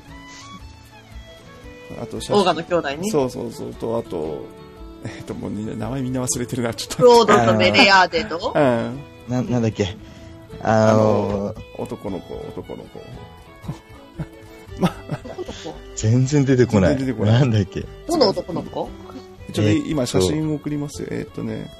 あとオーガの兄弟ねそうそうそうとあとえっともう名前みんな忘れてるなちょっとクロードとメレアーデとうんななんだっけあのー、男の子男の子ま、 全然出てこない。出てこない。なんだっけ。 どの男の子？ ちょっと今写真送りますよ。えー、っとね。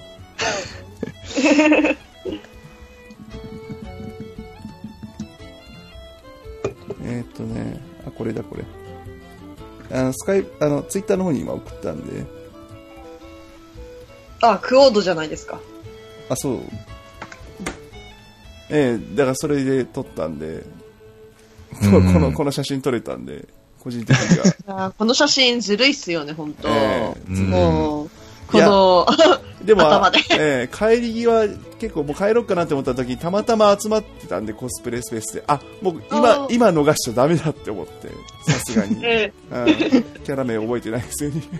えっとね、あこれだこれ。あのスカイあのツイッターの方に今送ったんで。 あクオードじゃないですか。 あそう。えー、だからそれで撮ったんで。このこの写真撮れたんで個人的にはあこの写真ずるいっすよね本当、えー、もうこのでも頭で、えー、帰り際結構もう帰ろうかなって思った時にたまたま集まってたんでコスプレスペースであもう今今逃しちゃダメだって思ってさすがに、えーうん、キャラ名覚えてないくせに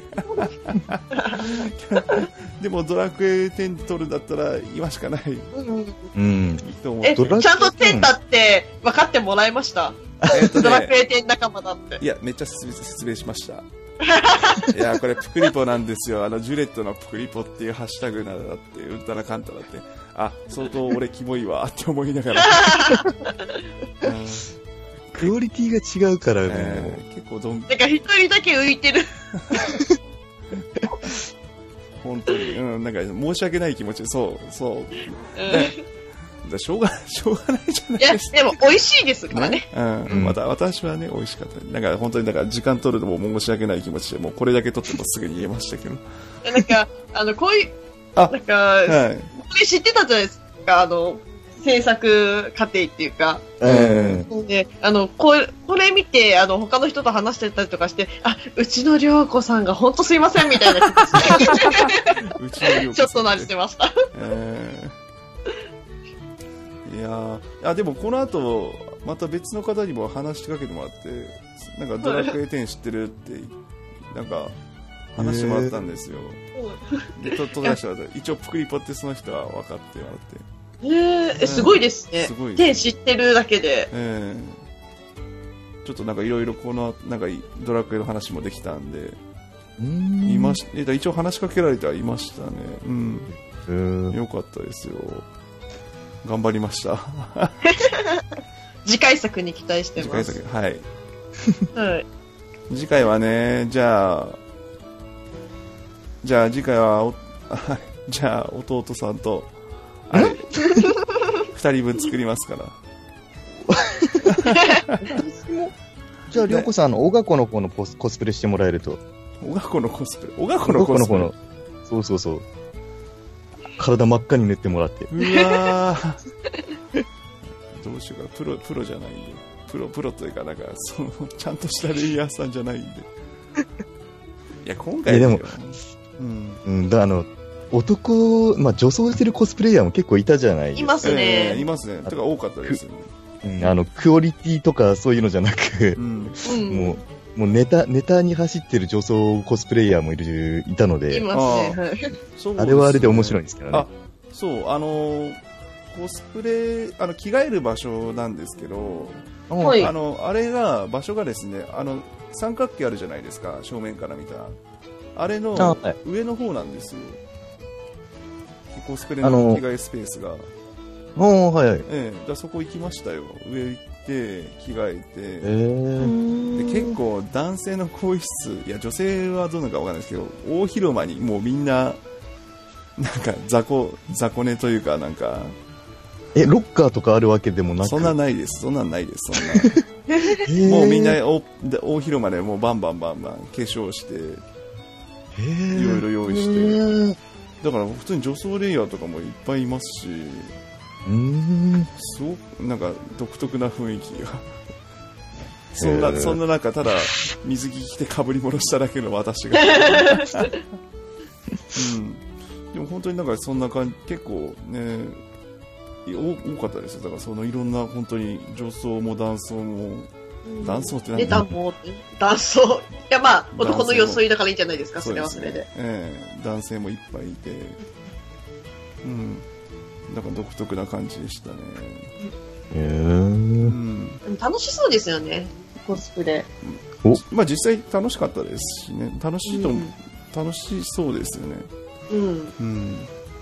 でもドラクエテン撮るんだったら今しかない、うんうん、 と思ってえちゃんとテンだって分かってもらいましたえーとね、ドラクエテン仲間だっていやめっちゃ失礼しましたいやこれプクリポなんですよあのジュレットのプクリポっていうハッシュタグなだってうんたらかんたらってあ相当俺キモいわって思いながら、 うん、クオリティが違うからね、えー、結構どんなんか一人だけ浮いてる本当に、うん、なんか申し訳ない気持ちそうそう、うんだしょうがしょうがないじゃないですか。 いやでも美味しいですからね。 ねうんうん、また私はね美味しかった。なんか本当にだから時間取るのも申し訳ない気持ちでもうこれだけ取ってもすぐに言えましたけど。 なんかあのこういうあなんか、はい、これ知ってたじゃないですかあの制作過程っていうか。えー、であのこれこれ見てあの他の人と話してたりとかしてあうちの涼子さんが本当すいませんみたいなうちのちょっと慣れてました。えーいやあでもこの後また別の方にも話しかけてもらってなんかドラクエテン知ってるってなんか話してもらったんですよでとと出してもらった一応プクリポってその人は分かってもらってへえー、すごいですねテン知ってるだけで、えー、ちょっとなんかいろいろこのなんかドラクエの話もできたんでうんいまし一応話しかけられてはいましたねうんよかったですよ頑張りました次回作に期待してます。 次回作はい、 はい、 次回はねじゃあじゃあ次回はおじゃあ弟さんとあれ二人分作りますからじゃあ涼子さんの小学校の子のコス、コスプレしてもらえると小学校のコスプレ小学校のコスプレそうそうそう体真っ赤に塗ってもらってうわどうしようかプロプロじゃないんでプロプロというかなんかそのちゃんとしたレイヤーさんじゃないんでいや今回でもうん、うん、だあの男まあ女装してるコスプレイヤーも結構いたじゃないですかいますね、 えー、いますねてか多かったですよねうん、あの、クオリティとかそういうのじゃなく、うん、もう、もうネタ、ネタに走ってる女装コスプレイヤーもいる、いたので、 いますね。はい。 あれはあれで面白いんですけどね。 あ、そう、あのー、コスプレ、あの、着替える場所なんですけど、はい、あの、あれが、場所がですね、あの、三角形あるじゃないですか、正面から見た。あれの上の方なんですよ。コスプレの着替えスペースが。 ああ、はいはい。 ええ、だそこ行きましたよ。上行って、着替えて。えー、で結構男性の更衣室、いや、女性はどうなのかわかんないですけど、大広間にもうみんな、なんか雑魚、雑魚寝というか、なんか、 え、ロッカーとかあるわけでもなく、 そんなないです。そんなんないです。そんな。えー、もうみんな大大広間でもうバンバンバンバン化粧して、いろいろ用意して。だから普通に女装レイヤーとかもいっぱいいますし、うーん、すごくなんか独特な雰囲気が。そんな、そんな中、ただ水着着てかぶり物しただけの私が。うん。でも本当になんかそんな感じ、結構ね、多かったですよ。だからそのいろんな本当に女装も男装も、うん、男装って何？ ネタも男装。いやまあ男の装いだからいいんじゃないですか。それはそれで。 ええー、男性もいっぱいいて、うん、なんか独特な感じでしたね。 へえー。うん。 楽しそうですよね。コスプレ。 お、まあ実際楽しかったですしね。楽しいと、うん、楽しそうですよね。うん。うん。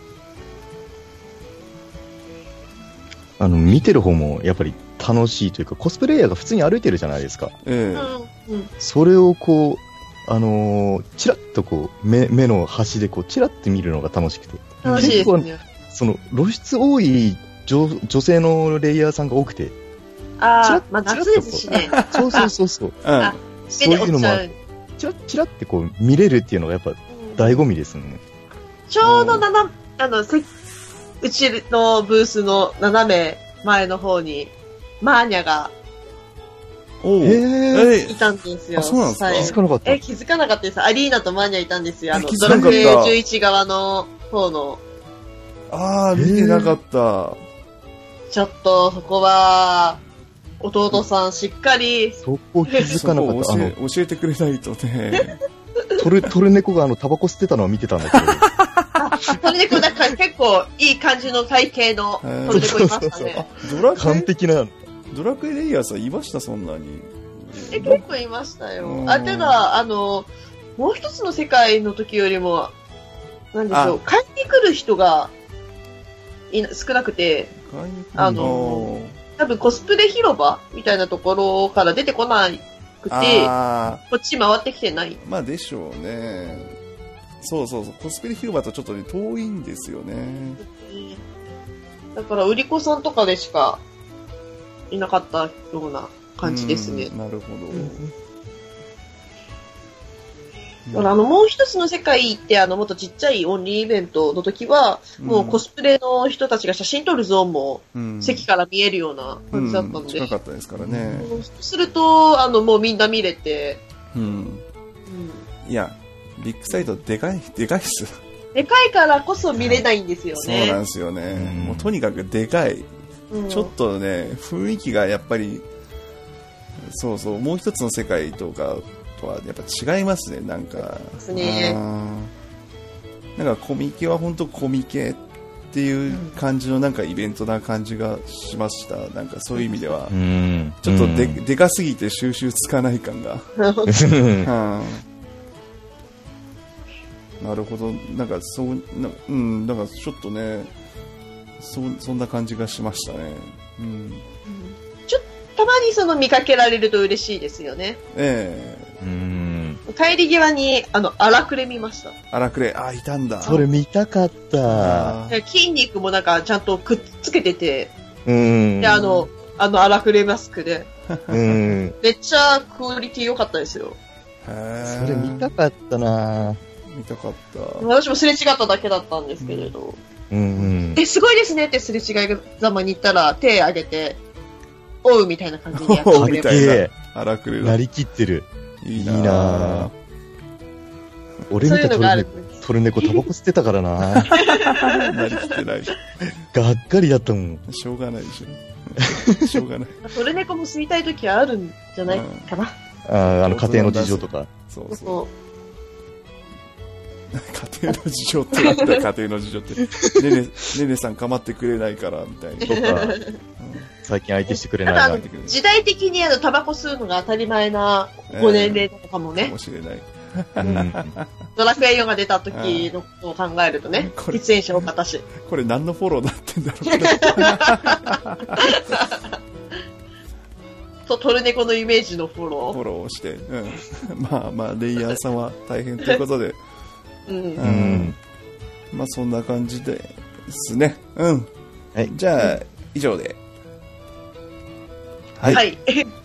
あの、見てる方もやっぱり楽しいというか、コスプレイヤーが普通に歩いてるじゃないですか。ええー。それをこう、あのー、チラッとこう、目、目の端でこう、チラッと見るのが楽しくて。 楽しいですね。 その、露出多い女、女性のレイヤーさんが多くて。 ああ、まあ夏ですしね。 そうそうそうそう。うん。そういうのも、チラッ、チラッってこう、見れるっていうのがやっぱ、醍醐味ですね。 ちょうどなな、あの、せうちのブースの斜め前の方に、マーニャが、 おー、 いたんですよ。 あ、そうなんですか？ 気づかなかった。 え、気づかなかったです。アリーナとマーニャいたんですよ。あの、ドラクエじゅういち側の方の。 あー、見てなかった。 ちょっと、そこは、弟さんしっかり。 そこ気づかなかった。 あの、教えてくれないとね。 トル、トルネコがあの、タバコ吸ってたのを見てたんだけど。 トルネコなんか結構いい感じの体型のトルネコいましたね。 ドラクエ完璧な。 ドラクエレイヤーさんいましたそんなに。 え、結構いましたよ。あ、ただ、あの、もう一つの世界の時よりも、なんでしょう、買いに来る人がいな少なくて、あの、多分コスプレ広場みたいなところから出てこなくて、こっち回ってきてない。 まあでしょうね。そうそうそう、コスプレ広場とちょっとね、遠いんですよね。 だから、売り子さんとかでしかいなかったような感じですね。 なるほど。うんだからあの、もう一つの世界って、あの、もっとちっちゃいオンリーイベントの時は、うん、もうコスプレの人たちが写真撮るゾーンも、席から見えるような感じだったので。うん、 近かったですからね。 そうすると、あの、もうみんな見れて。うん。うん、 いや、ビッグサイトでかい、でかいっす。 でかいからこそ見れないんですよね。 そうなんですよね。うん、もうとにかくでかい。うん、ちょっとね、雰囲気がやっぱり、そうそう、もう一つの世界とか、とはやっぱ違いますね、なんか。 ですね。 なんかコミケは本当コミケっていう感じのなんかイベントな感じがしました。なんかそういう意味では、うん、ちょっとで、でかすぎて収集つかない感が。はあ、なるほど。なんかそうな、うん、なんかちょっとね、そそんな感じがしましたね。うん。 ちょたまにその見かけられると嬉しいですよね。 ええー。 うん。 帰り際に、あの、荒くれ見ました。 荒くれ、あ、いたんだ。 それ見たかった。 筋肉もなんかちゃんとくっつけてて、うん。で、あの、あの荒くれマスクで。うん。めっちゃクオリティ良かったですよ。 へそれ見たかったな見たかった。 私もすれ違っただけだったんですけれど。うん、うん。え、すごいですねってすれ違いざまに行ったら手挙げて、おうみたいな感じでやってくれた。みたいな。荒くれなりきってる。 いいなぁ。いいなぁ。 俺見たトルネコ、トルネコタバコ吸ってたからななりきってない。 がっかりだったもん。 しょうがないでしょ。 しょうがない。 トルネコも吸いたい時はあるんじゃないかな。 うん、ああの、家庭の事情とか。 そうそう。家庭の事情ってなんだ、家庭の事情って。ねね、ねねさん構ってくれないから、みたいな。とか、うん、最近相手してくれないな。 時代的にあの、タバコ吸うのが当たり前なご年齢とかもね。 かもしれない。 うん、ドラクエよんが出た時のことを考えるとね、喫煙者多かったし。 これ何のフォローなってんだろうと、トルネコのイメージのフォロー。 フォローをして、うん。まあまあ、レイヤーさんは大変ということで。 うん。うんうんまあそんな感じですね。うん。はい。じゃあ、うん、以上で。 はい。はい、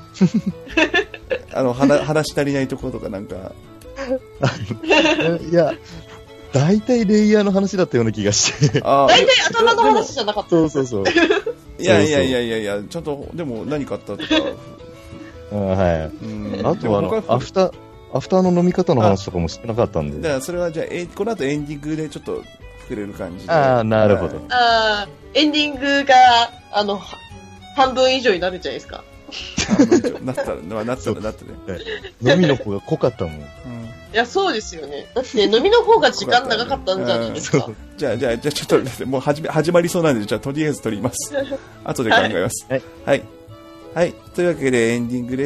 あの、話、話し足りないところとかなんか。 いや、大体レイヤーの話だったような気がして。 大体頭の話じゃなかった。 そうそうそう。 いやいやいやいやいや、ちゃんと、でも何買ったとか。 あはい。うん、あとはあの、アフター、アフターの飲み方の話とかもしてなかったんで。 だからそれはじゃあ、えこの後エンディングでちょっと触れる感じで。 ああ、なるほど。 ああ、エンディングが、あの、半分以上になるじゃないですか。 半分以上。なったら、なったら、なったね。 飲みの方が濃かったもん。うん、いや、そうですよね。だって飲みの方が時間長かったんじゃないですか。 じゃあ、じゃあ、じゃあちょっと、もう始め、始まりそうなんで、じゃあとりあえず撮ります。後で考えます。はい。はい。はい。というわけでエンディングです。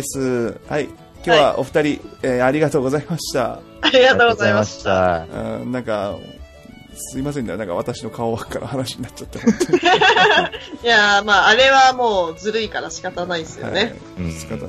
はい。今日はお二人、はい、えー、ありがとうございました。 ありがとうございました。 うん、なんか、すいませんね。なんか私の顔ばっかの話になっちゃって、本当に。 いやー、まあ、あれはもうずるいから仕方ないですよね。 はい、仕方ない。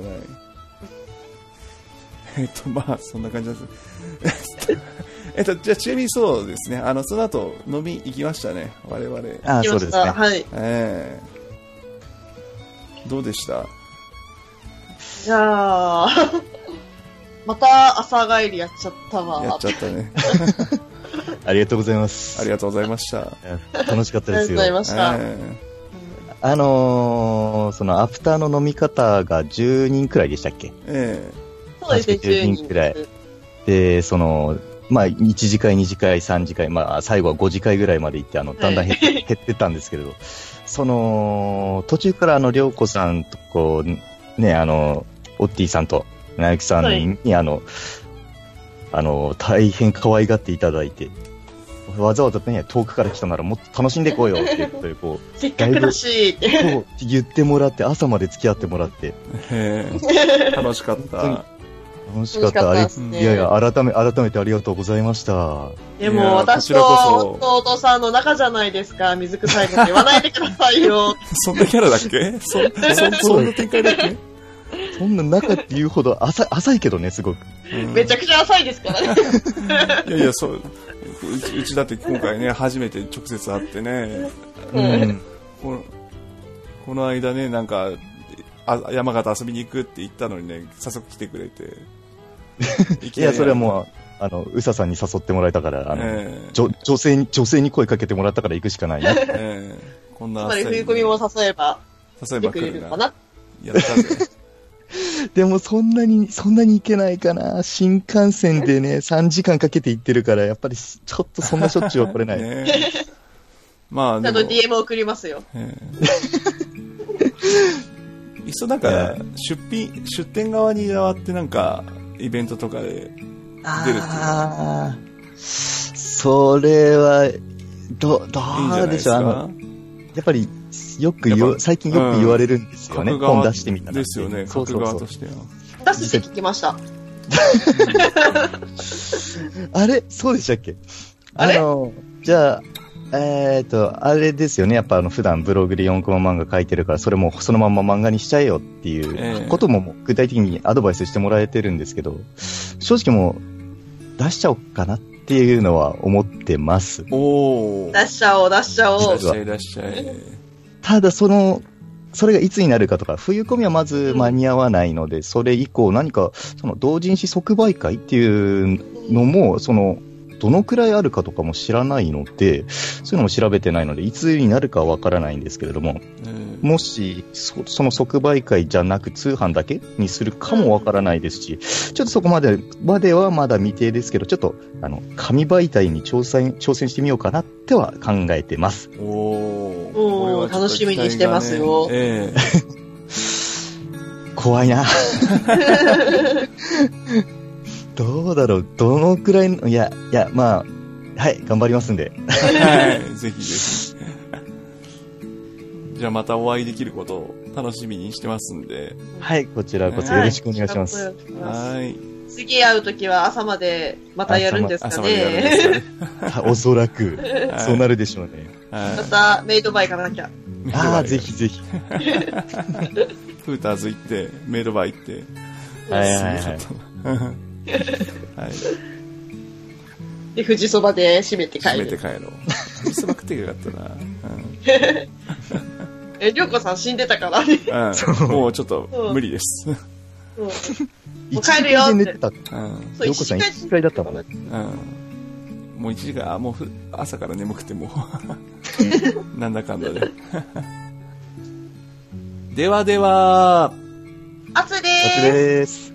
えっと、まあ、そんな感じです。えっと、じゃあ、ちなみにそうですね。あの、その後、飲み行きましたね。我々。 あ、そうですね。 はい。 えー、どうでした？ いやー、また朝帰りやっちゃったわ。 やっちゃったね。 ありがとうございます。 ありがとうございました。 楽しかったですよ。 ありがとうございました。 えー、あのー、そのアフターの飲み方がじゅうにんくらいでしたっけ？ ええー。そうですね、 じゅうにんくらい。で、その、まあ、いち次会、に次会、さん次会、まあ、最後はご次会ぐらいまで行って、あの、だんだん減って、はい、減ってったんですけれど、その、途中からあの、りょうこさんとこう、ね、あの、オッティさんと、なゆきさんに、はい、あの、あの、大変可愛がっていただいて、わざわざね、遠くから来たならもっと楽しんでこうよって言って、こう、せっかくだし、 そう言ってもらって、朝まで付き合ってもらって。 へー、楽しかった。 楽しかった。あれ、いやいや、改め、改めてありがとうございました。 でも、私と弟さんの仲じゃないですか、水臭いこと言わないでくださいよ。 そんなキャラだっけ？そ、そ、そんな展開だっけ？ そんな仲っていうほど浅い、浅いけどね、すごく。 めちゃくちゃ浅いですからね。 いやいや、そう、うち、うちだって今回ね、初めて直接会ってね。 うん。 この、この間ね、なんか、あ山形遊びに行くって言ったのにね、早速来てくれて。 いや、それはもう、あの、うささんに誘ってもらえたから、あの、えー、女性に、女性に声かけてもらったから行くしかないな。 えー、こんな。 つまり、冬込みも誘えば、 誘えば来るのかな。 やったぜ。 でも、そんなに、そんなに行けないかな。新幹線でね、さんじかんかけて行ってるから、やっぱり、ちょっとそんなしょっちゅうは来れない。ね、 まあ、 ちゃんと ディーエム 送りますよ。 えー、いっそなんか、出品、出店側に回ってなんか、イベントとかで出るっていう。 ああ、それは、ど、どうでしょう。あの、やっぱり、よく言わ、最近よく言われるんですよね。うん、本出してみたら。 ですよね、書く側としては。 出すって聞きました。 あれそうでしたっけ？ あれあの、じゃあ、えっと、あれですよね。やっぱあの、普段ブログでよんコマ漫画書いてるから、それもそのまんま漫画にしちゃえよっていうことも具体的にアドバイスしてもらえてるんですけど、正直もう出しちゃおうかなっていうのは思ってます。 おー。 出しちゃおう、出しちゃおう。 出しちゃえ、出しちゃえ。 ただその、それがいつになるかとか、冬込みはまず間に合わないので、うん、それ以降何か、その同人誌即売会っていうのも、その、どのくらいあるかとかも知らないので、そういうのも調べてないので、いつになるかはわからないんですけれども、うん、もしそ、その即売会じゃなく通販だけにするかもわからないですし、ちょっとそこまで、まではまだ未定ですけど、ちょっと、あの、紙媒体に挑戦、挑戦してみようかなっては考えてます。 おー。 おー、楽しみにしてますよ。ええ怖いな。どうだろう、どのくらいの、いや、いや、まあ、はい、頑張りますんで。 はい、ぜひぜひ。じゃあまたお会いできることを楽しみにしてますんで。 はい、こちらこそよろしくお願いします。 はい。次会うときは朝までまたやるんですかね。朝までやるんですかね。おそらく、そうなるでしょうね。 またメイドバイ行かなきゃ。 ああ、ぜひぜひ。 フーターズ行って、メイドバイ行って。 はいはいはい。はい。 で、富士そばで締めて帰る。 締めて帰ろう。富士そば食ってよかったな。 え、りょうこさん死んでたからね。 うん。もうちょっと無理です。もう帰るよって。りょうこさん一回だったもんね。 うん。もう一時間、あ、もう朝から眠くてもう、なんだかんだで。ではでは、 あつでーす。 あつでーす。